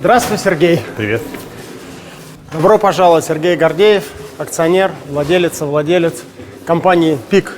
Здравствуй, Сергей. Привет. Добро пожаловать, Сергей Гордеев, акционер, владелец компании «Пик».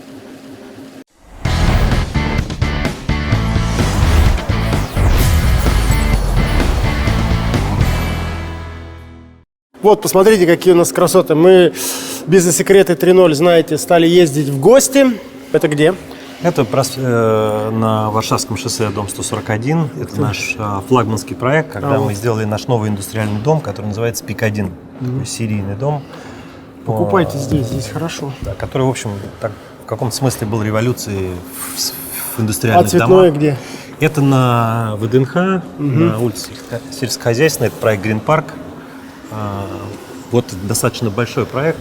Вот, посмотрите, какие у нас красоты. Мы «Бизнес-секреты 3.0», знаете, стали ездить в гости. Это где? Это на Варшавском шоссе, дом 141. Это наш флагманский проект, когда мы сделали наш новый индустриальный дом, который называется «Пик-1». Такой серийный дом. Покупайте здесь хорошо. Да, который, в общем, в каком-то смысле был революцией в индустриальных домах. А цветное где? Это на ВДНХ, на улице сельскохозяйственной. Это проект Green Park. Вот достаточно большой проект.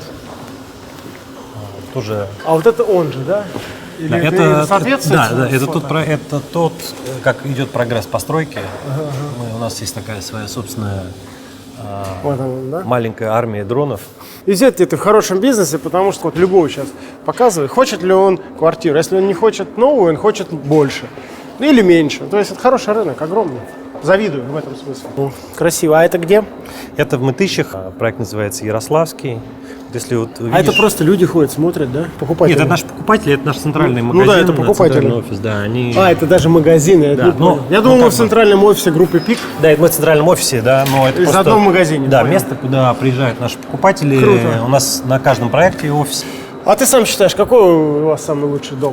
Тоже. А вот это он же, да? Или Да, это соответствует? Да, это тот, как идет прогресс постройки. У нас есть такая своя собственная Вот он, да? маленькая армия дронов. Везде ты в хорошем бизнесе, потому что вот любой сейчас показывает, хочет ли он квартиру. Если он не хочет новую, он хочет больше. Ну или меньше. То есть это хороший рынок, огромный. Завидую в этом смысле. Красиво. А это где? Это в Мытыщах. Проект называется Ярославский. Если вот видишь... А это просто люди ходят, смотрят, да? Покупатели? Нет, это наши покупатели, это наш центральный магазин. Ну да, это покупатели. Центральный офис, да. Они... А, это даже магазины. Да, я думал, мы в центральном офисе группы «Пик». Да, это мы в центральном офисе, да, но это из просто... одном магазине. Да, понял. место, куда приезжают наши покупатели. Круто. У нас на каждом проекте офис. А ты сам считаешь, какой у вас самый лучший дом?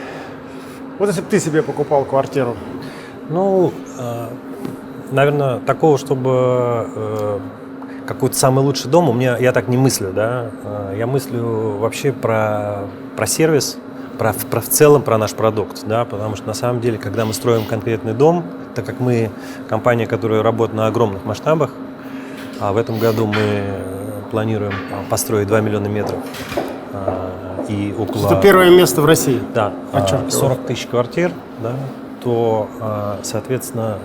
Вот если бы ты себе покупал квартиру. Ну, наверное, такого, чтобы какой-то самый лучший дом, я так не мыслю, да. Я мыслю вообще про сервис, в целом про наш продукт, да, потому что на самом деле, когда мы строим конкретный дом, так как мы компания, которая работает на огромных масштабах, а в этом году мы планируем построить 2 миллиона метров и около... Это первое место в России. Да, 40 тысяч квартир, да, то, соответственно,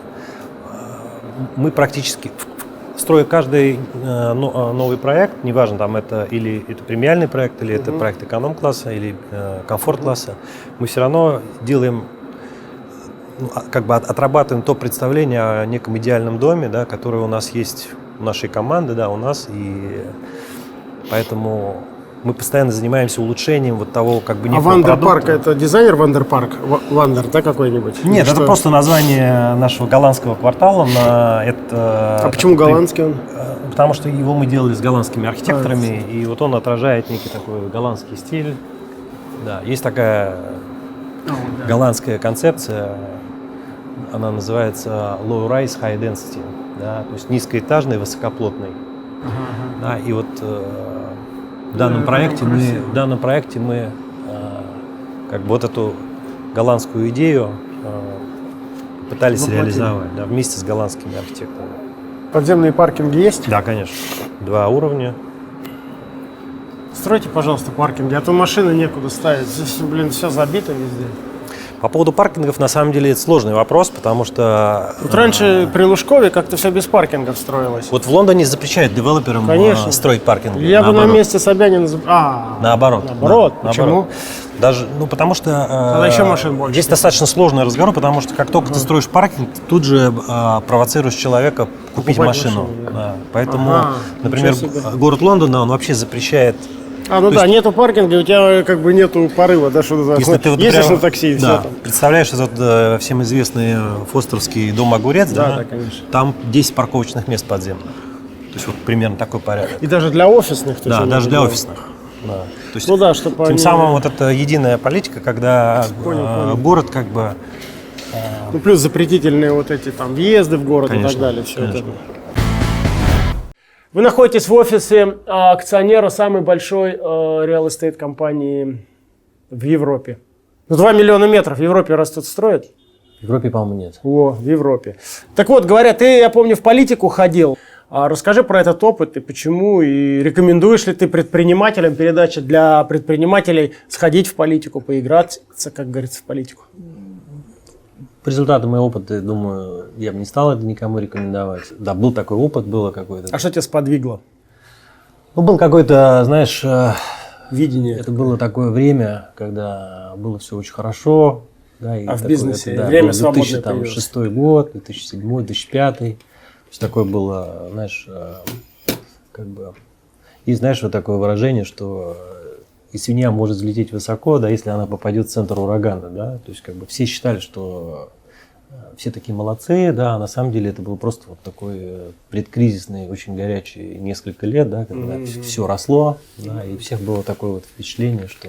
мы практически, строя каждый новый проект, неважно, там это или это премиальный проект, или это проект эконом-класса, или комфорт-класса, мы все равно делаем, как бы отрабатываем то представление о неком идеальном доме, да, которое у нас есть у нашей команды, да, у нас, и поэтому мы постоянно занимаемся улучшением вот того, как бы, некого Вандер продукта. Парк, это дизайнер Вандер Парк? Вандер, да, какой-нибудь? Нет, это просто название нашего голландского квартала. А почему голландский он? Потому что его мы делали с голландскими архитекторами, и вот он отражает некий такой голландский стиль. Да, есть такая голландская концепция, она называется low rise, high density, да, то есть низкоэтажный, высокоплотный. Да, и вот в данном проекте мы как бы вот эту голландскую идею пытались реализовать, да, вместе с голландскими архитекторами. Подземные паркинги есть? Да, конечно. 2 уровня. Стройте, пожалуйста, паркинги, а то машины некуда ставить. Здесь, все забито везде. По поводу паркингов, на самом деле, это сложный вопрос, потому что... Вот раньше при Лужкове как-то все без паркингов строилось. Вот в Лондоне запрещают девелоперам строить паркинги. Я бы на месте Собянина... Наоборот. Наоборот? Почему? Даже, потому что тогда еще машин больше. Здесь достаточно сложный разговор, потому что как только ты строишь паркинг, ты тут же провоцируешь человека купить машину. Да. Поэтому, например, город Лондон, он вообще запрещает... нету паркинга, у тебя как бы нету порыва, да, что-то если ты вот ездишь на такси и да, все там. Представляешь, этот всем известный Фостерский дом «Огурец», да, конечно. Там 10 парковочных мест подземных. То есть вот примерно такой порядок. И даже для офисных? Да, даже для офисных. Да. То есть, чтобы тем самым вот это единая политика, когда город как бы... плюс запретительные вот эти там въезды в город, конечно, и так далее. Все это. Вы находитесь в офисе акционера самой большой real estate компании в Европе. 2 миллиона метров в Европе раз тут строят? В Европе, по-моему, нет. В Европе. Так вот, говорят, ты, я помню, в политику ходил. Расскажи про этот опыт и почему, и рекомендуешь ли ты предпринимателям, передача для предпринимателей, сходить в политику, поиграться, как говорится, в политику? По результатам моего опыта, думаю, я бы не стал это никому рекомендовать. Да, был такой опыт, было какое-то. А что тебя сподвигло? Ну, был какой-то, знаешь, видение. Это было такое время, когда было все очень хорошо. Да, и в бизнесе да, время свободное появилось. 2006 год, 2007, 2005. есть такое было, знаешь, как бы, и знаешь, вот такое выражение, что и свинья может взлететь высоко, да, если она попадет в центр урагана, да, то есть как бы все считали, что все такие молодцы, да, а на самом деле это был просто вот такой предкризисный, очень горячий несколько лет, да, когда все росло, да, и у всех было такое вот впечатление, что...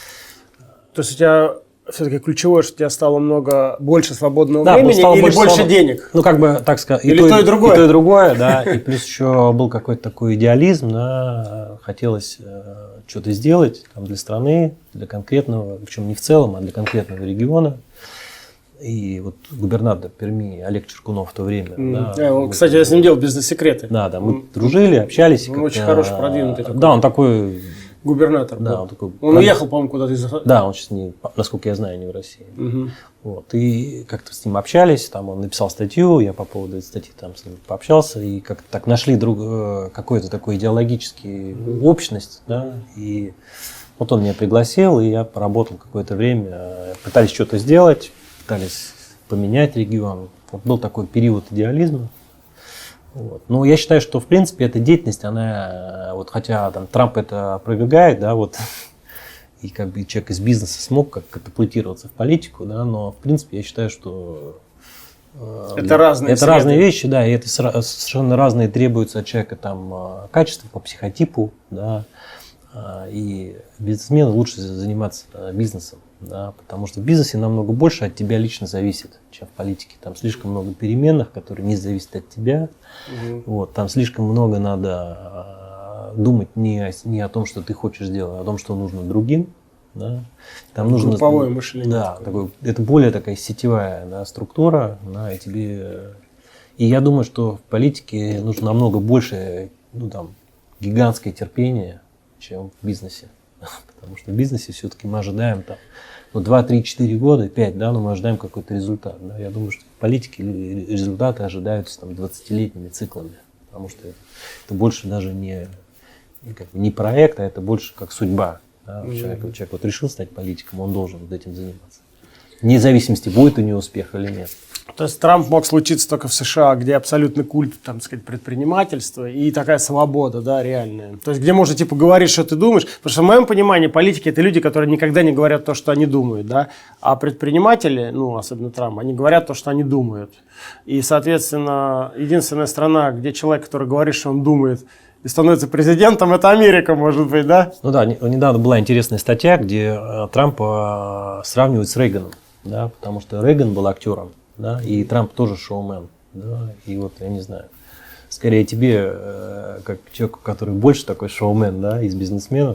То есть у тебя все-таки ключевое, что у тебя стало больше свободного да, времени или больше свободы. денег? Ну, как бы, так сказать, или то, и другое. И то, и другое, да, и плюс еще был какой-то такой идеализм, да, хотелось что-то сделать там, для страны, для конкретного, причем не в целом, а для конкретного региона. И вот губернатор Перми Олег Черкунов в то время. Да, кстати, я с ним делал бизнес-секреты. Да, мы дружили, общались. Он очень хороший, продвинутый такой. Да, он такой... Губернатор. Да, был. он такой... Он уехал, по-моему, куда-то из... Да, он сейчас, насколько я знаю, не в России. Вот, и как-то с ним общались, там он написал статью, я по поводу этой статьи там с ним пообщался, и как-то так нашли какой-то такой идеологический общность, да, и вот он меня пригласил, и я поработал какое-то время, пытались что-то сделать, пытались поменять регион. Вот был такой период идеализма. Вот. Но я считаю, что в принципе эта деятельность, она, вот, хотя там Трамп это опровергает, да, вот, и как бы человек из бизнеса смог как катапультироваться в политику, да, но в принципе я считаю, что это разные вещи, да, и это совершенно разные требуются от человека там качества по психотипу, да, и бизнесмену лучше заниматься бизнесом, да, потому что в бизнесе намного больше от тебя лично зависит, чем в политике. Там слишком много переменных, которые не зависят от тебя. Вот, там слишком много надо думать не о том, что ты хочешь сделать, а о том, что нужно другим. Да. Там нужно групповое мышление. Да, это более такая сетевая, да, структура. Да, и я думаю, что в политике нужно намного больше, ну, там, гигантское терпение, чем в бизнесе. Потому что в бизнесе все-таки мы ожидаем там, 2, 3, 4 года, 5, да, но мы ожидаем какой-то результат. Да. Я думаю, что в политике результаты ожидаются там 20-летними циклами. Потому что это больше даже не проект, а это больше как судьба. Да. Человек вот решил стать политиком, он должен вот этим заниматься. Вне зависимости, будет у него успех или нет. То есть Трамп мог случиться только в США, где абсолютный культ, там, так сказать, предпринимательства и такая свобода, да, реальная. То есть где можно, типа, говорить, что ты думаешь. Потому что в моем понимании политики – это люди, которые никогда не говорят то, что они думают, да. А предприниматели, ну, особенно Трамп, они говорят то, что они думают. И, соответственно, единственная страна, где человек, который говорит, что он думает, и становится президентом, это Америка, может быть, да? Ну да, недавно была интересная статья, где Трампа сравнивают с Рейганом, да, потому что Рейган был актером. Да, и Трамп тоже шоумен. Да, и вот, я не знаю, скорее тебе, как человеку, который больше такой шоумен, да, из бизнесменов,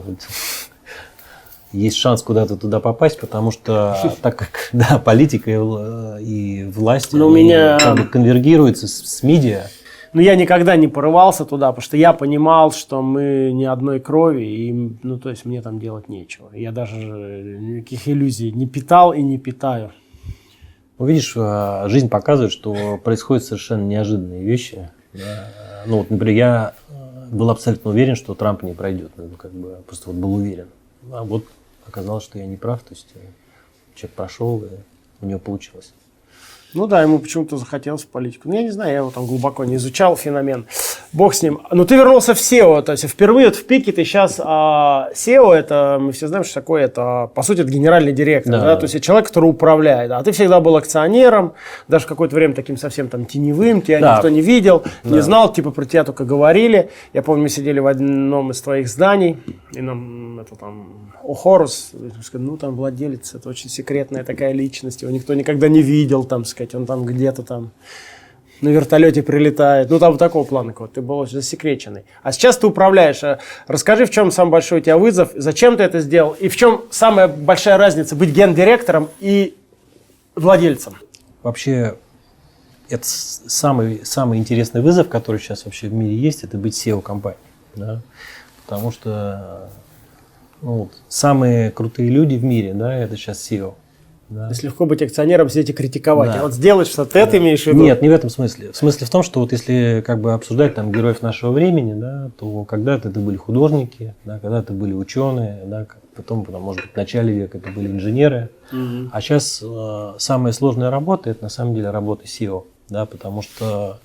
есть шанс куда-то туда попасть, потому что так как, да, политика и власть как бы конвергируются с медиа. Но я никогда не порывался туда, потому что я понимал, что мы не одной крови, и, ну, то есть мне там делать нечего. Я даже никаких иллюзий не питал и не питаю. Ну, видишь, жизнь показывает, что происходят совершенно неожиданные вещи. Да. Ну, вот, например, я был абсолютно уверен, что Трамп не пройдет. Ну, как бы просто вот был уверен. А вот оказалось, что я не прав. То есть человек прошел, и у него получилось. Ну да, ему почему-то захотелось в политику. Ну, я не знаю, я его там глубоко не изучал, феномен. Бог с ним. Но ты вернулся в SEO, то есть впервые вот в пике ты сейчас... SEO, это, мы все знаем, что такое, это, по сути, это генеральный директор, да. То есть это человек, который управляет. А ты всегда был акционером, даже какое-то время таким совсем там теневым, тебя никто не видел, не знал, типа про тебя только говорили. Я помню, мы сидели в одном из твоих зданий, и нам это там... Хорус, ну там владелец, это очень секретная такая личность, его никто никогда не видел, там, сказать, он там где-то там на вертолете прилетает, ну там вот такого плана, вот, ты был очень засекреченный. А сейчас ты управляешь, расскажи, в чем самый большой у тебя вызов, зачем ты это сделал, и в чем самая большая разница быть гендиректором и владельцем? Вообще, это самый интересный вызов, который сейчас вообще в мире есть, это быть SEO-компанией, да? Потому что ну, самые крутые люди в мире, да, это сейчас SEO. Да. То есть легко быть акционером, сидеть и критиковать. Да. А вот сделать что-то, ты это имеешь в виду? Нет, не в этом смысле. В смысле в том, что вот если как бы обсуждать там героев нашего времени, да, то когда-то это были художники, да, когда-то были ученые, да, потом, может быть, в начале века это были инженеры. А сейчас самая сложная работа – это на самом деле работа SEO, да, потому что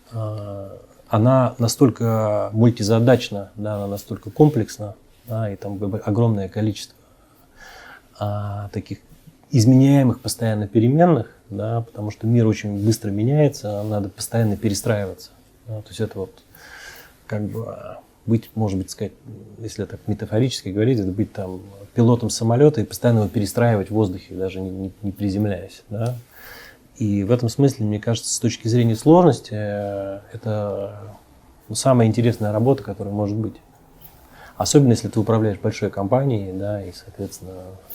она настолько мультизадачна, да, она настолько комплексна, да, и там огромное количество таких изменяемых постоянно переменных, да, потому что мир очень быстро меняется, надо постоянно перестраиваться. Да, то есть это вот как бы быть, может быть, сказать, если так метафорически говорить, это быть там пилотом самолета и постоянно его перестраивать в воздухе, даже не приземляясь. Да. И в этом смысле, мне кажется, с точки зрения сложности, это самая интересная работа, которая может быть. Особенно, если ты управляешь большой компанией, да, и, соответственно,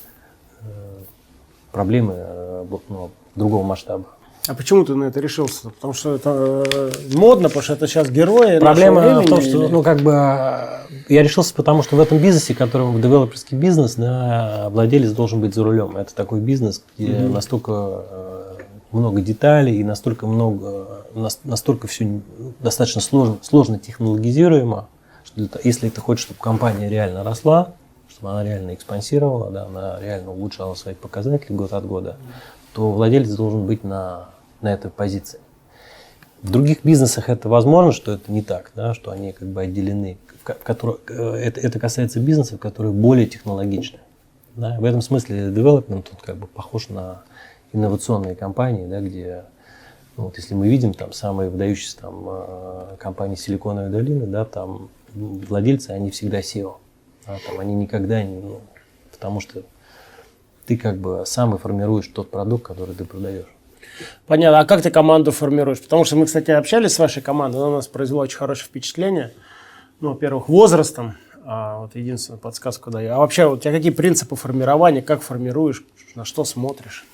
проблемы другого масштаба. А почему ты на это решился? Потому что это модно, потому что это сейчас герои. Проблема в том, что, я решился, потому что в этом бизнесе, которым девелоперский бизнес, да, владелец должен быть за рулем. Это такой бизнес, где настолько много деталей и настолько все достаточно сложно технологизируемо, что если ты хочешь, чтобы компания реально росла, чтобы она реально экспансировала, да, она реально улучшала свои показатели год от года, то владелец должен быть на этой позиции. В других бизнесах это возможно, что это не так, да, что они как бы отделены. Это касается бизнесов, которые более технологичны. Да. В этом смысле development тут как бы похож на инновационные компании, да, где, если мы видим там самые выдающиеся компании Силиконовой долины, да, там владельцы, они всегда SEO. Да, там они никогда не... потому что ты как бы сам и формируешь тот продукт, который ты продаешь. Понятно. А как ты команду формируешь? Потому что мы, кстати, общались с вашей командой, она у нас произвела очень хорошее впечатление. Во-первых, возрастом. Вот единственную подсказку даю. А вообще, у тебя какие принципы формирования, как формируешь, на что смотришь?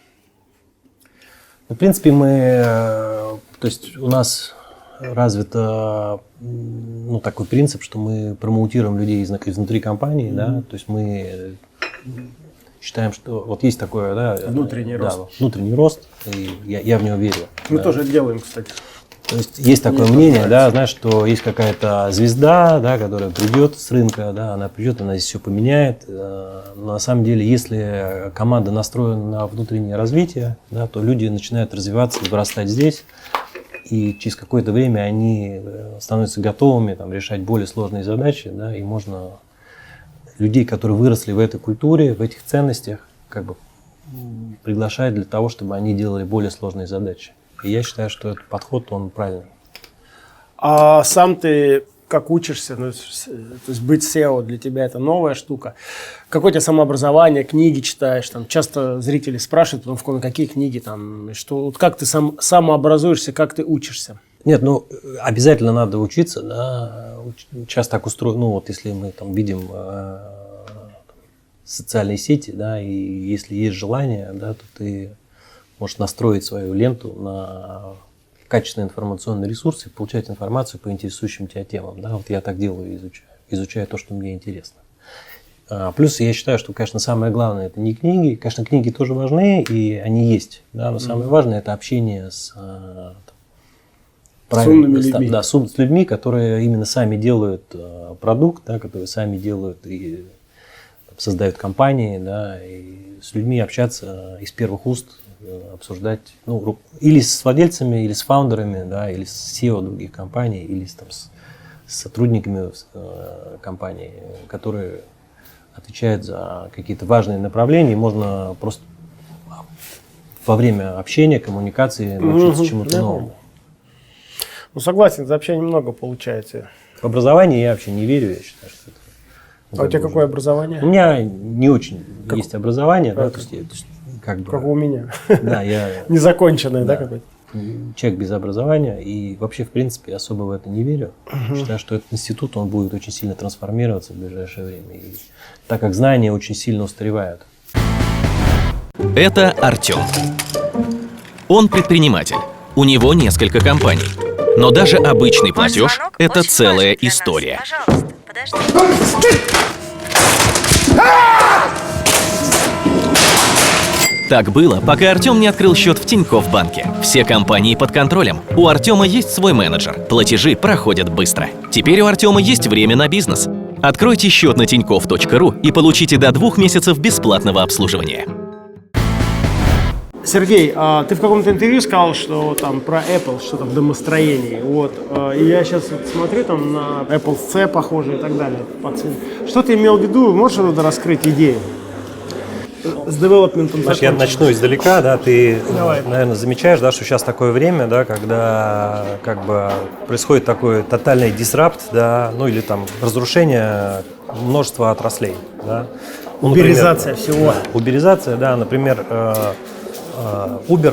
В принципе, то есть у нас развит такой принцип, что мы промоутируем людей изнутри компании, да, то есть мы считаем, что вот есть такое, да, внутренний рост. Внутренний рост, и я в него верю. Мы тоже это делаем, кстати. То есть есть такое мнение, да, знаешь, что есть какая-то звезда, да, которая придет с рынка, да, она придет, она здесь все поменяет. Но на самом деле, если команда настроена на внутреннее развитие, да, то люди начинают развиваться, вырастать здесь, и через какое-то время они становятся готовыми решать более сложные задачи, да, и можно людей, которые выросли в этой культуре, в этих ценностях, как бы приглашать для того, чтобы они делали более сложные задачи. И я считаю, что этот подход, он правильный. А сам ты как учишься? То есть быть SEO для тебя это новая штука. Какое у тебя самообразование, книги читаешь? Часто зрители спрашивают, на какие книги, что, вот как ты самообразуешься, как ты учишься? Нет, обязательно надо учиться, да. Сейчас так устроено, если мы видим социальные сети, да, и если есть желание, да, то ты можешь настроить свою ленту на качественные информационные ресурсы и получать информацию по интересующим тебя темам. Да? Вот я так делаю, изучаю то, что мне интересно. Плюс я считаю, что, конечно, самое главное – это не книги. Конечно, книги тоже важны, и они есть. Да? Но самое важное – это общение с умными людьми. Да, с людьми, которые именно сами делают продукт, да, которые сами делают и создают компании, да, и с людьми общаться из первых уст, обсуждать, или с владельцами, или с фаундерами, да, или с SEO других компаний, или с сотрудниками компаний, которые отвечают за какие-то важные направления, и можно просто во время общения, коммуникации научиться чему-то новому. Согласен, за общение много получается. В образование я вообще не верю, я считаю, что это... А у тебя какое образование? У меня не очень есть образование, да, как у меня. Да, я незаконченное, да, какое-то? Человек без образования, и вообще, в принципе, особо в это не верю. Считаю, что этот институт, он будет очень сильно трансформироваться в ближайшее время, и так как знания очень сильно устаревают. Это Артем. Он предприниматель. У него несколько компаний. Но даже обычный платеж – это целая история. Пожалуйста, подожди. Так было, пока Артем не открыл счет в Тинькофф банке. Все компании под контролем. У Артема есть свой менеджер. Платежи проходят быстро. Теперь у Артема есть время на бизнес. Откройте счет на tinkoff.ru и получите до 2 месяцев бесплатного обслуживания. Сергей, ты в каком-то интервью сказал, что там про Apple, что-то в домостроении. Вот. И я сейчас смотрю там на Apple C похоже и так далее. Что ты имел в виду? Можешь это раскрыть идею? С девелопментом. Знаешь, я начну издалека, да, ты, Давай. наверное, замечаешь, да, что сейчас такое время, да, когда как бы происходит такой тотальный дисрапт, да, ну или там разрушение множества отраслей, да. Ну, Уберизация всего. Да, уберизация, да, например, Uber,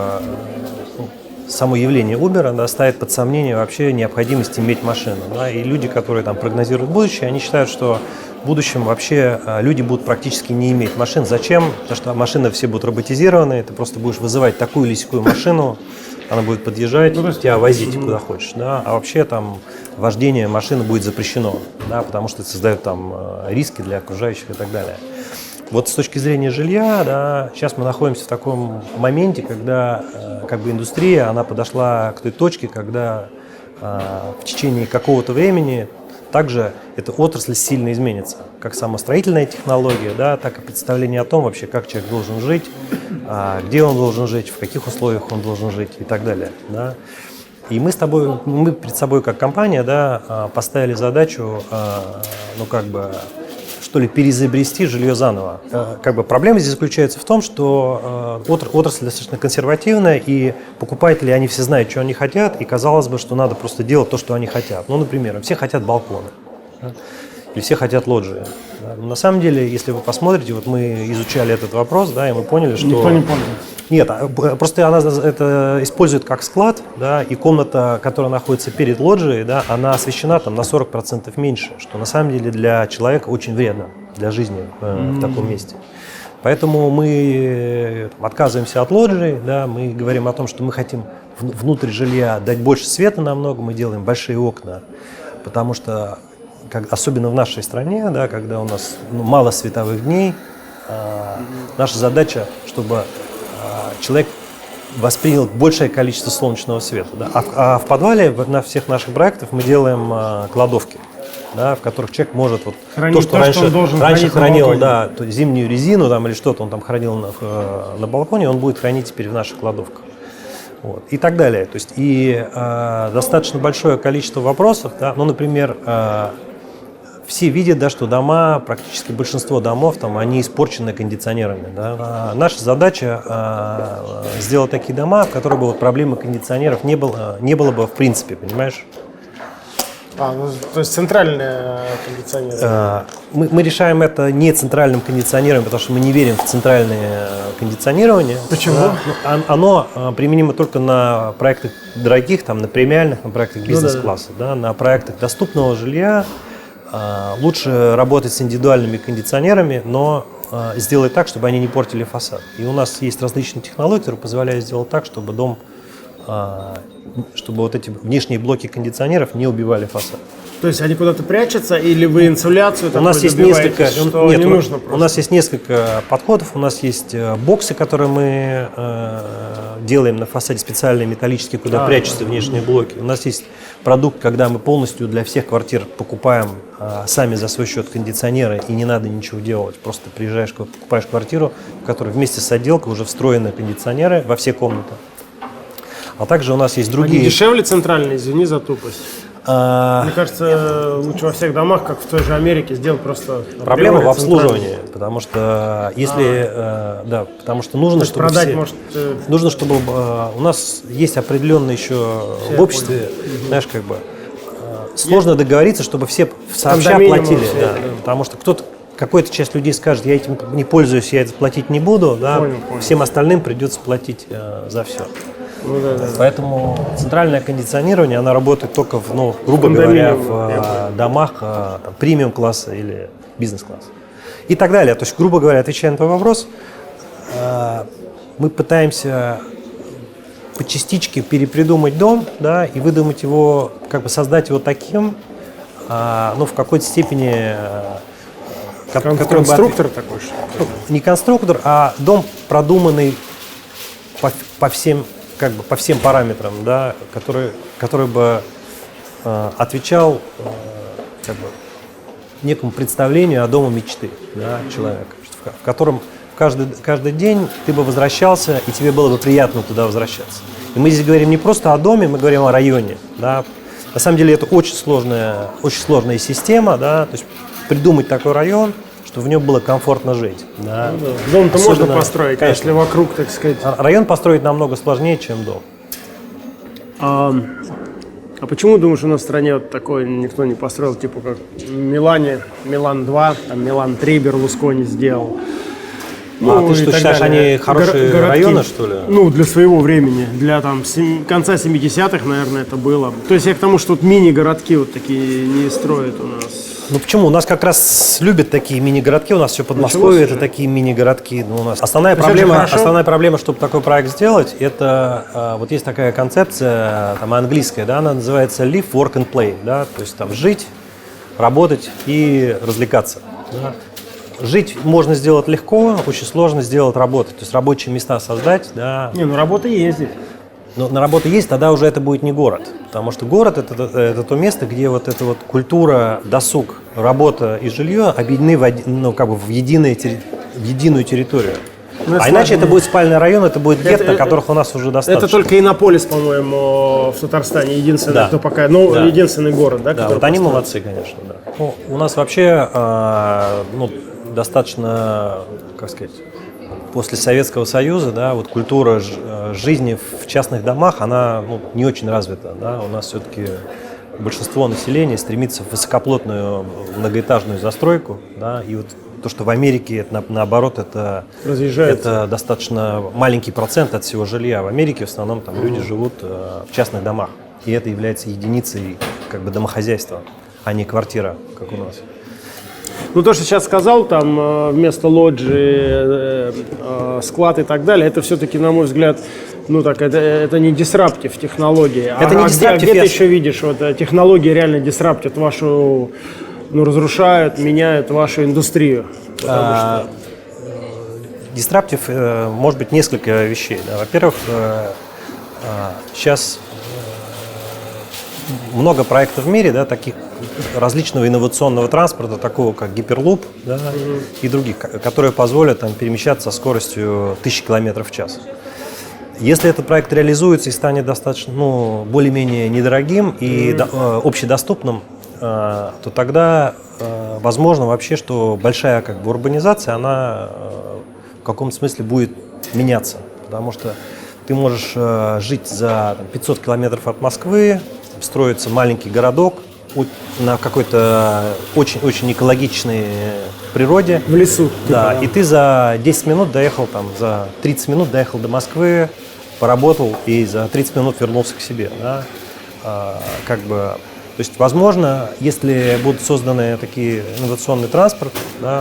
само явление Uber, да, ставит под сомнение вообще необходимость иметь машину, да, и люди, которые там прогнозируют будущее, они считают, что в будущем вообще люди будут практически не иметь машин. Зачем? Потому что машины все будут роботизированы, ты просто будешь вызывать такую или сякую машину, она будет подъезжать, тебя возить куда хочешь, да, а вообще там вождение машины будет запрещено, да, потому что это создает там риски для окружающих и так далее. Вот с точки зрения жилья, да, сейчас мы находимся в таком моменте, когда как бы индустрия, она подошла к той точке, когда в течение какого-то времени также эта отрасль сильно изменится, как сама строительная технология, да, так и представление о том вообще, как человек должен жить, где он должен жить, в каких условиях он должен жить и так далее. Да. И мы перед собой как компания, да, поставили задачу, ну как бы, что ли, переизобрести жилье заново. Как бы проблема здесь заключается в том, что отрасль достаточно консервативная, и покупатели, они все знают, что они хотят, и казалось бы, что надо просто делать то, что они хотят. Ну, например, все хотят балконы, да, или все хотят лоджии. Да. Но на самом деле, если вы посмотрите, вот мы изучали этот вопрос, да, и мы поняли, что... Никто не пользуется. Нет, просто она это использует как склад, да, и комната, которая находится перед лоджией, да, она освещена там на 40% меньше, что на самом деле для человека очень вредно, для жизни в таком месте. Поэтому мы отказываемся от лоджии, да, мы говорим о том, что мы хотим внутрь жилья дать больше света намного, мы делаем большие окна, потому что, особенно в нашей стране, да, когда у нас мало световых дней, наша задача, чтобы человек воспринял большее количество солнечного света. Да? А в подвале на всех наших проектах мы делаем кладовки, да, в которых человек может вот то, что раньше хранил, да, то зимнюю резину там, или что-то он там хранил на балконе, он будет хранить теперь в наших кладовках. Вот, и так далее. То есть достаточно большое количество вопросов. Да? Ну, например, все видят, да, что дома, практически большинство домов, там, они испорчены кондиционерами. Да. Наша задача сделать такие дома, в которых бы вот проблемы кондиционеров не было бы в принципе, понимаешь? То есть центральное кондиционирование. Мы решаем это не центральным кондиционированием, потому что мы не верим в центральное кондиционирование. Почему? Да. Оно применимо только на проектах дорогих, там, на премиальных, на проектах бизнес-класса, да, на проектах доступного жилья. Лучше работать с индивидуальными кондиционерами, но сделать так, чтобы они не портили фасад. И у нас есть различные технологии, которые позволяют сделать так, чтобы дом, чтобы вот эти внешние блоки кондиционеров не убивали фасад. То есть они куда-то прячутся, или вы инсуляцию у нас есть несколько, не нужно у нас есть несколько подходов. У нас есть боксы, которые мы делаем на фасаде, специальные металлические, куда прячутся внешние блоки. У нас есть продукт, когда мы полностью для всех квартир покупаем сами за свой счет кондиционеры, и не надо ничего делать. Просто приезжаешь, покупаешь квартиру, в которой вместе с отделкой уже встроены кондиционеры во все комнаты. А также у нас есть другие... Они дешевле центральные, извини за тупость. Мне кажется, лучше во всех домах, как в той же Америке, сделать просто... Проблема в обслуживании, потому что если... Да, потому что нужно, чтобы продать, все... может... Нужно, чтобы... У нас есть определенно еще в обществе, знаешь, как бы... Сложно договориться, чтобы все сообща платили. Да, потому что кто-то, какая-то часть людей скажет, я этим не пользуюсь, я это платить не буду, да, Понял. Всем остальным придется платить за все. Ну, да. Поэтому центральное кондиционирование, оно работает только, грубо говоря, в домах премиум-класса или бизнес-класса. И так далее. То есть, грубо говоря, отвечая на твой вопрос, мы пытаемся по частичке перепридумать дом, да, и выдумать его, как бы создать его таким, в какой-то степени... Конструктор такой, что ли? Не конструктор, а дом продуманный по всем параметрам, да, который бы отвечал некому представлению о доме мечты, да, человека, в котором каждый день ты бы возвращался, и тебе было бы приятно туда возвращаться. И мы здесь говорим не просто о доме, мы говорим о районе. Да. На самом деле это очень сложная система, да, то есть придумать такой район, чтобы в нем было комфортно жить. Да. Ну, да. Дом-то можно построить, конечно, если вокруг, так сказать. Район построить намного сложнее, чем дом. А почему, думаешь, у нас в стране вот такое никто не построил, типа как в Милане, Милан 2, там Милан 3 Берлускони сделал? Ты что, считаешь, они хорошие районы, что ли? Ну, для своего времени, для там конца 70-х, наверное, это было. То есть я к тому, что вот мини-городки вот такие не строят у нас. Ну почему? У нас как раз любят такие мини-городки, у нас все Подмосковье, это такие мини-городки. Ну, у нас основная проблема, чтобы такой проект сделать, это вот есть такая концепция, там английская, да, она называется live, work and play, да, то есть там жить, работать и развлекаться. Да. Жить можно сделать легко, очень сложно сделать работать, то есть рабочие места создать, да. Не, ну работа есть здесь. Но на работу есть, тогда уже это будет не город. Потому что город это то место, где вот эта вот культура, досуг, работа и жилье объединены в единую территорию. А иначе это будет спальный район, это будет гетто, которых у нас уже достаточно. Это только Иннополис, по-моему, в Татарстане, единственный, да. кто пока, ну, да. Единственный город, да? Да, вот они молодцы, конечно, да. Ну, у нас вообще, достаточно, как сказать, после Советского Союза, да, вот культура жизни в частных домах, она не очень развита, да, у нас все-таки большинство населения стремится в высокоплотную многоэтажную застройку, да, и вот то, что в Америке, это, наоборот, это достаточно маленький процент от всего жилья. В Америке в основном там люди живут в частных домах, и это является единицей как бы домохозяйства, а не квартира, как у нас. Ну, то, что сейчас сказал, там вместо лоджии склад и так далее, это все-таки, на мой взгляд, ну так, это не дисраптив технологии. Это не дисраптив. Где ты еще видишь, вот технологии реально дисраптят вашу, разрушают, меняют вашу индустрию? Дисраптив может быть несколько вещей. Да. Во-первых, сейчас много проектов в мире, да, таких различного инновационного транспорта, такого как Гиперлуп, да, и других, которые позволят там перемещаться со скоростью 1000 км в час. Если этот проект реализуется и станет достаточно, более-менее недорогим и общедоступным, то тогда возможно вообще, что большая как бы урбанизация, она в каком-то смысле будет меняться, потому что ты можешь жить за 500 километров от Москвы, строится маленький городок на какой-то очень экологичной природе. В лесу. Да, и ты за 10 минут доехал, за 30 минут доехал до Москвы, поработал и за 30 минут вернулся к себе. Да? То есть, возможно, если будут созданы такие инновационный транспорт, да,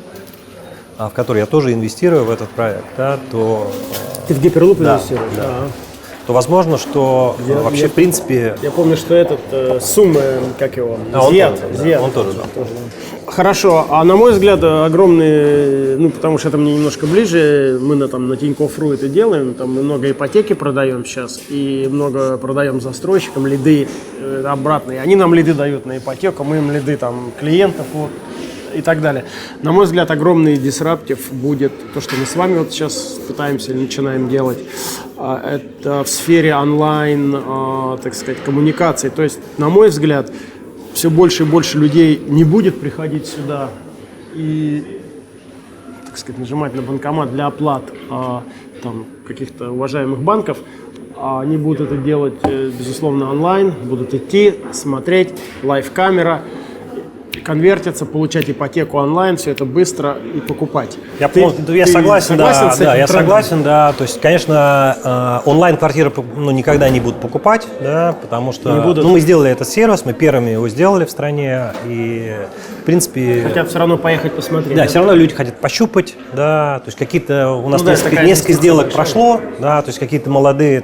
в который я тоже инвестирую в этот проект, да, то... Ты в Гиперлуп инвестируешь? Да. То возможно, что в принципе... Я помню, что этот Сумма, как его? Зиад. Он тоже, да. Хорошо, а на мой взгляд, огромные, потому что это мне немножко ближе, мы на Тинькофф.ру это делаем, там мы много ипотеки продаем сейчас, и много продаем застройщикам, лиды обратные. Они нам лиды дают на ипотеку, мы им лиды клиентов, и так далее. На мой взгляд, огромный дисраптив будет то, что мы с вами вот сейчас пытаемся, начинаем делать. Это в сфере онлайн, так сказать, коммуникаций. То есть, на мой взгляд, все больше и больше людей не будет приходить сюда и, так сказать, нажимать на банкомат для оплат каких-то уважаемых банков. Они будут это делать, безусловно, онлайн, будут идти, смотреть, лайв-камера, конвертиться, получать ипотеку онлайн, все это быстро и покупать. Я согласен, да. То есть, конечно, онлайн-квартиры никогда не будут покупать, да, потому что мы сделали этот сервис, мы первыми его сделали в стране, и, в принципе... Хотят все равно поехать посмотреть. Да, все равно люди хотят пощупать, да, то есть какие-то у нас несколько сделок прошло, да, то есть какие-то молодые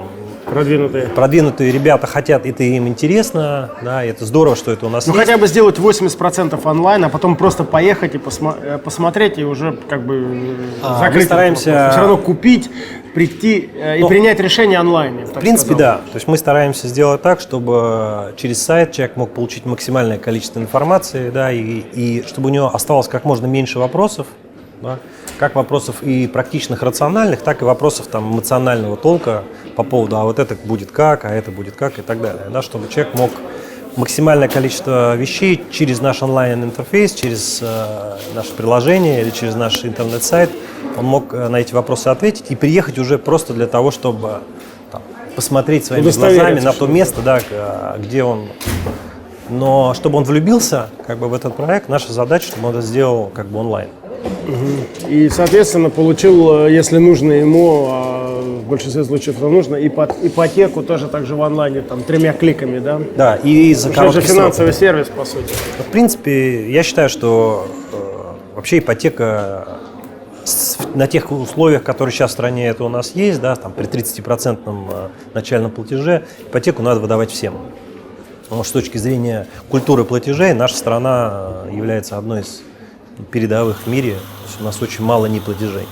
Продвинутые ребята хотят, это им интересно, да, и это здорово, что это у нас есть. Хотя бы сделать 80% онлайн, а потом просто поехать и посмотреть, и уже закрыть. Мы стараемся... Все равно купить, прийти и принять решение онлайн. В принципе, да. То есть мы стараемся сделать так, чтобы через сайт человек мог получить максимальное количество информации, да, и чтобы у него оставалось как можно меньше вопросов, Да? Как вопросов и практичных, рациональных, так и вопросов там, эмоционального толка по поводу, а вот это будет как, а это будет как и так далее. Да? Чтобы человек мог максимальное количество вещей через наш онлайн-интерфейс, через наше приложение или через наш интернет-сайт, он мог на эти вопросы ответить и приехать уже просто для того, чтобы там, посмотреть своими глазами на то место, да, где он. Но чтобы он влюбился как бы, в этот проект, наша задача, чтобы он это сделал как бы онлайн. И, соответственно, получил, если нужно ему, в большинстве случаев это нужно, ипотеку тоже так же в онлайне, там, 3 кликами, да? Да, и за Это же короткий финансовый срок. сервис, по сути. В принципе, я считаю, что вообще ипотека на тех условиях, которые сейчас в стране это у нас есть, да, там, при 30% начальном платеже, ипотеку надо выдавать всем. Потому что с точки зрения культуры платежей наша страна является одной из передовых в мире. То есть у нас очень мало неплатежей.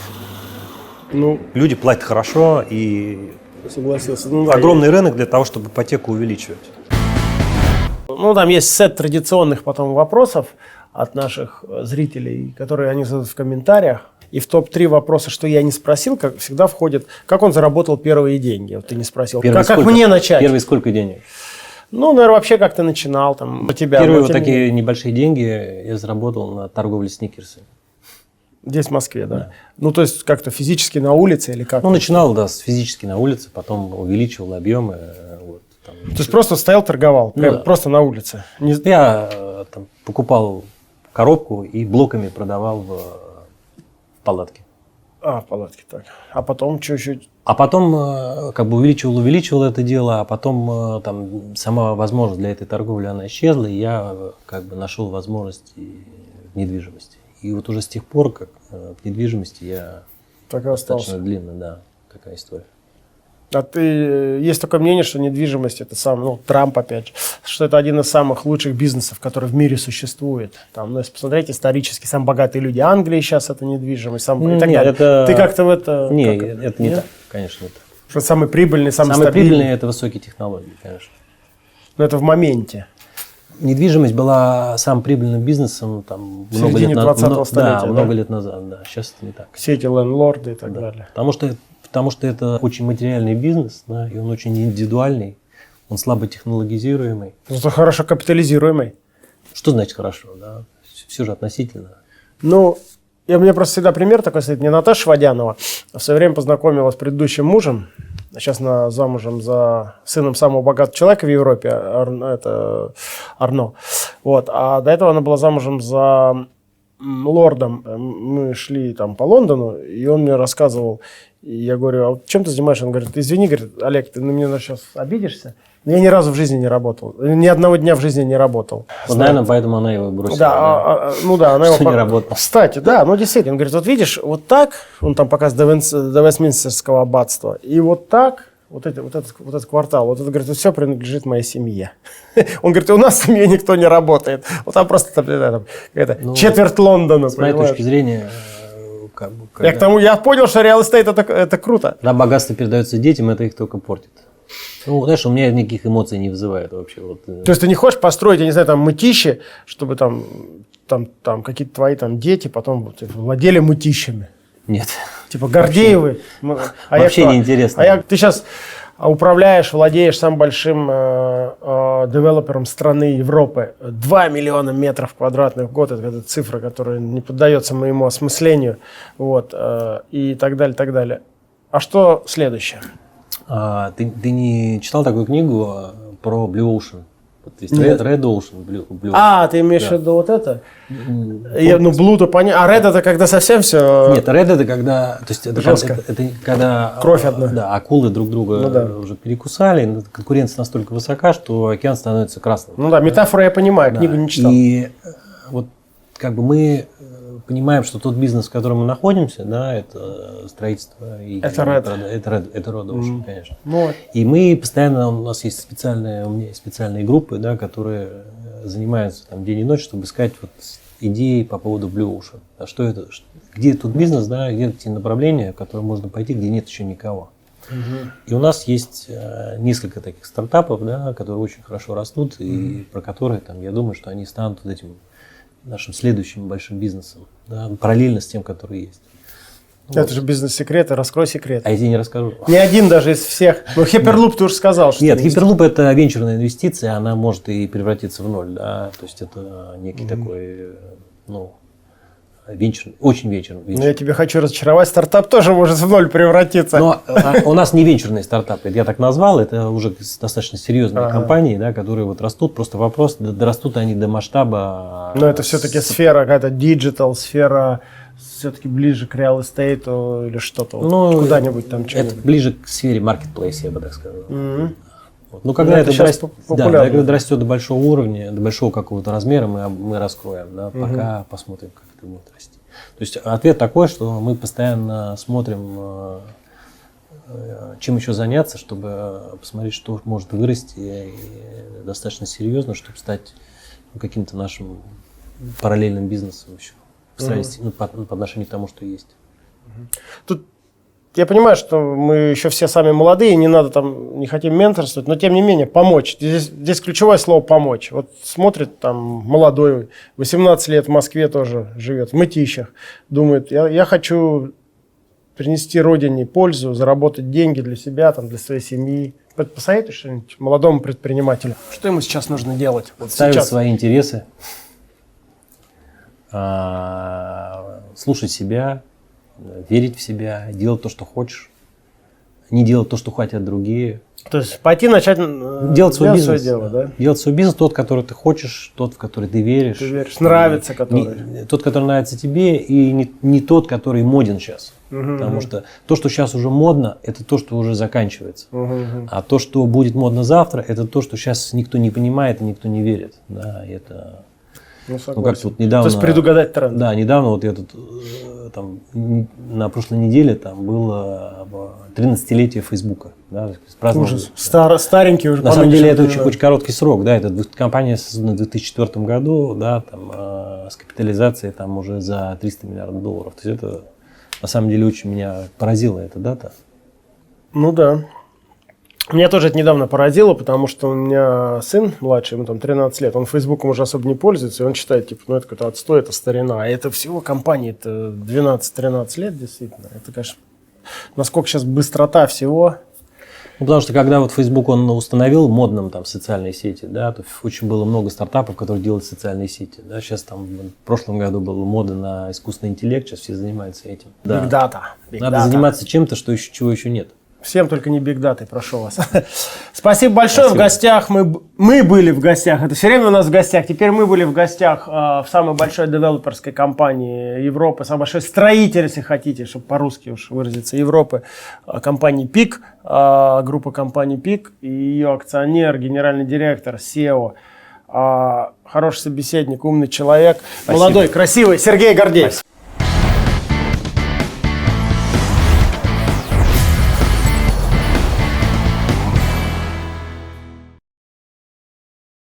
Ну, Люди платят хорошо, и согласился. Ну, да, огромный рынок для того, чтобы ипотеку увеличивать. Ну, там есть сет традиционных потом вопросов от наших зрителей, которые они задают в комментариях. И в топ-3 вопроса, что я не спросил, как всегда входит, как он заработал первые деньги. Вот ты не спросил. Как мне начать? Первые сколько денег? Ну, наверное, вообще как ты начинал там у тебя. Первые вот такие небольшие деньги я заработал на торговле сникерсами. Здесь, в Москве, да? Ну, то есть как-то физически на улице или как? Ну, начинал, да, физически на улице, потом увеличивал объемы. Вот, там. То есть просто стоял, торговал, Ну, прям да. просто на улице? Я там, покупал коробку и блоками продавал в палатке. В палатке, так. А потом чуть-чуть... А потом как бы увеличивал это дело, а потом там сама возможность для этой торговли она исчезла, и я как бы нашел возможность в недвижимости. И вот уже с тех пор, как в недвижимости я Так и достаточно остался. длинно, да, такая история. А ты... Есть такое мнение, что недвижимость это сам, ну, Трамп опять же, что это один из самых лучших бизнесов, который в мире существует. Там, ну, если посмотреть исторически, самые богатые люди Англии сейчас это недвижимость, и так Нет, далее. это... Ты как-то в это... Не, как это не нет? так, конечно. Это. Что самый прибыльный, самый Самое стабильный. прибыльное – это высокие технологии, конечно. Но это в моменте. Недвижимость была самым прибыльным бизнесом там, В середине 20-го столетия, да, да? много лет назад. Да. Сейчас это не так. Сети лендлорды и так Да. далее. Потому что это очень материальный бизнес, да, и он очень индивидуальный, он слабо технологизируемый. Зато хорошо капитализируемый. Что значит хорошо? Да? Все же относительно. Ну, у меня просто всегда пример такой стоит. Мне Наташа Водянова в свое время познакомилась с предыдущим мужем. Сейчас она замужем за сыном самого богатого человека в Европе, это Арно. Вот. А до этого она была замужем за лордом. Мы шли там по Лондону, и он мне рассказывал. И я говорю, а вот чем ты занимаешься? Он говорит, извини, говорит, Олег, ты на меня сейчас обидишься? Но я ни разу в жизни не работал. Ни одного дня в жизни не работал. Вот, наверное, поэтому она его бросила. Да, ну да, она Что его не работал. Кстати, да, ну действительно, он говорит, вот видишь, вот так, он там показывает до Вестминстерского аббатства, и вот так, вот этот квартал, вот это, говорит, вот все принадлежит моей семье. Он говорит, у нас в семье никто не работает. Вот там просто там, четверть Лондона, С моей понимаешь? точки зрения, как бы, Я понял, что реал эстейт это круто. когда богатство передается детям, это их только портит. Ну, знаешь, у меня никаких эмоций не вызывает вообще. Вот. То есть ты не хочешь построить, я не знаю, там мытищи, чтобы там какие-то твои там дети потом вот, владели мытищами. Нет. Типа Гордеевы. Вообще неинтересно. Ты сейчас управляешь, владеешь самым большим девелопером страны Европы. 2 миллиона метров квадратных в год. Это цифра, которая не поддается моему осмыслению. Вот, и так далее, так далее. А что следующее? Ты не читал такую книгу про Blue Ocean? Вот есть Нет. Red Ocean, Blue Ocean. Ты имеешь в Да. виду вот это? Blue-то понятно. А Red это когда совсем все... Нет, Red это когда... То есть это Жестко. это когда... Кровь одна. Да, акулы друг друга Ну да. уже перекусали. Конкуренция настолько высока, что океан становится красным. Ну да, метафору я понимаю, Да. книгу не читал. И вот как бы мы понимаем, что тот бизнес, в котором мы находимся, да, это строительство. И Это Red. Это Red Ocean, конечно. Ну вот. И мы постоянно, у нас есть у меня есть специальные группы, да, которые занимаются там день и ночь, чтобы искать вот идеи по поводу Blue Ocean. А что это, где тут бизнес, да, где те направления, в которые можно пойти, где нет еще никого. И у нас есть несколько таких стартапов, да, которые очень хорошо растут, и про которые там, я думаю, что они станут вот этим нашим следующим большим бизнесом, да, параллельно с тем, который есть. Это же бизнес-секреты, раскрой секрет. А я тебе не расскажу. Ни один даже из всех. Ну, Hyperloop ты уже сказал, что... Нет, Hyperloop – это венчурная инвестиция, она может и превратиться в ноль, да, то есть это некий такой, ну, венчурный, очень венчурный. Но я тебе хочу разочаровать, стартап тоже может в ноль превратиться. Но у нас не венчурный стартап, это я так назвал, это уже достаточно серьезные компании, да, которые вот растут, просто вопрос, дорастут они до масштаба. Но это все-таки сфера какая-то диджитал, сфера все-таки ближе к реал эстейту или что-то, вот, куда-нибудь там. Это ближе к сфере маркетплейса, я бы так сказал. Вот. Ну, когда это сейчас популярно. Да, когда растет до большого уровня, до большого какого-то размера, мы раскроем, да, пока посмотрим, как это будет расти. То есть ответ такой, что мы постоянно смотрим, чем еще заняться, чтобы посмотреть, что может вырасти и достаточно серьезно, чтобы стать каким-то нашим параллельным бизнесом еще по отношению к тому, что есть. Тут я понимаю, что мы еще все сами молодые, не надо там, не хотим менторствовать, но тем не менее помочь. Здесь ключевое слово «помочь». Вот смотрит там молодой, 18 лет в Москве тоже живет, в Мытищах, думает, я хочу принести родине пользу, заработать деньги для себя, там, для своей семьи. Посоветуй что-нибудь молодому предпринимателю? Что ему сейчас нужно делать? Вот ставить сейчас. свои интересы, слушать себя, верить в себя, делать то, что хочешь, не делать то, что хотят другие. То есть пойти начать делать свой бизнес. свое дело, да? Делать свой бизнес, тот, который ты хочешь, тот, в который ты веришь. Нравится который. Тот, который нравится тебе, и не тот, который моден сейчас. Потому что то, что сейчас уже модно, это то, что уже заканчивается. А то, что будет модно завтра, это то, что сейчас никто не понимает и никто не верит. Да, это... как-то вот недавно, то есть предугадать тренд. Да, недавно вот я тут там, на прошлой неделе там было 13-летие Фейсбука. Да, Ужас. Старенький уже. На самом деле это очень короткий срок. Да, это компания создана в 2004 году, да, там, с капитализацией там, уже за $300 миллиардов. То есть это на самом деле очень меня поразила эта дата. Ну да. Меня тоже это недавно поразило, потому что у меня сын младший, ему там 13 лет, он Фейсбуком уже особо не пользуется, и он считает, типа, ну это какой-то отстой, это старина. А это всего компании, это 12-13 лет, действительно. Это, конечно, насколько сейчас быстрота всего. Ну, потому что когда вот Facebook он установил модным там социальные сети, да, то очень было много стартапов, которые делают социальные сети. Да. Сейчас там в прошлом году была мода на искусственный интеллект, сейчас все занимаются этим. Big Data. Надо заниматься чем-то, чего еще нет. Всем только не Big Data, прошу вас. Спасибо большое. Спасибо. В гостях мы были в гостях. Это все время у нас в гостях. Теперь мы были в гостях в самой большой девелоперской компании Европы, самый большой строитель, если хотите, чтобы по-русски уж выразиться, Европы, компании ПИК, группа компаний ПИК и ее акционер, генеральный директор, SEO, хороший собеседник, умный человек, спасибо. Молодой, красивый Сергей Гордеев. Спасибо.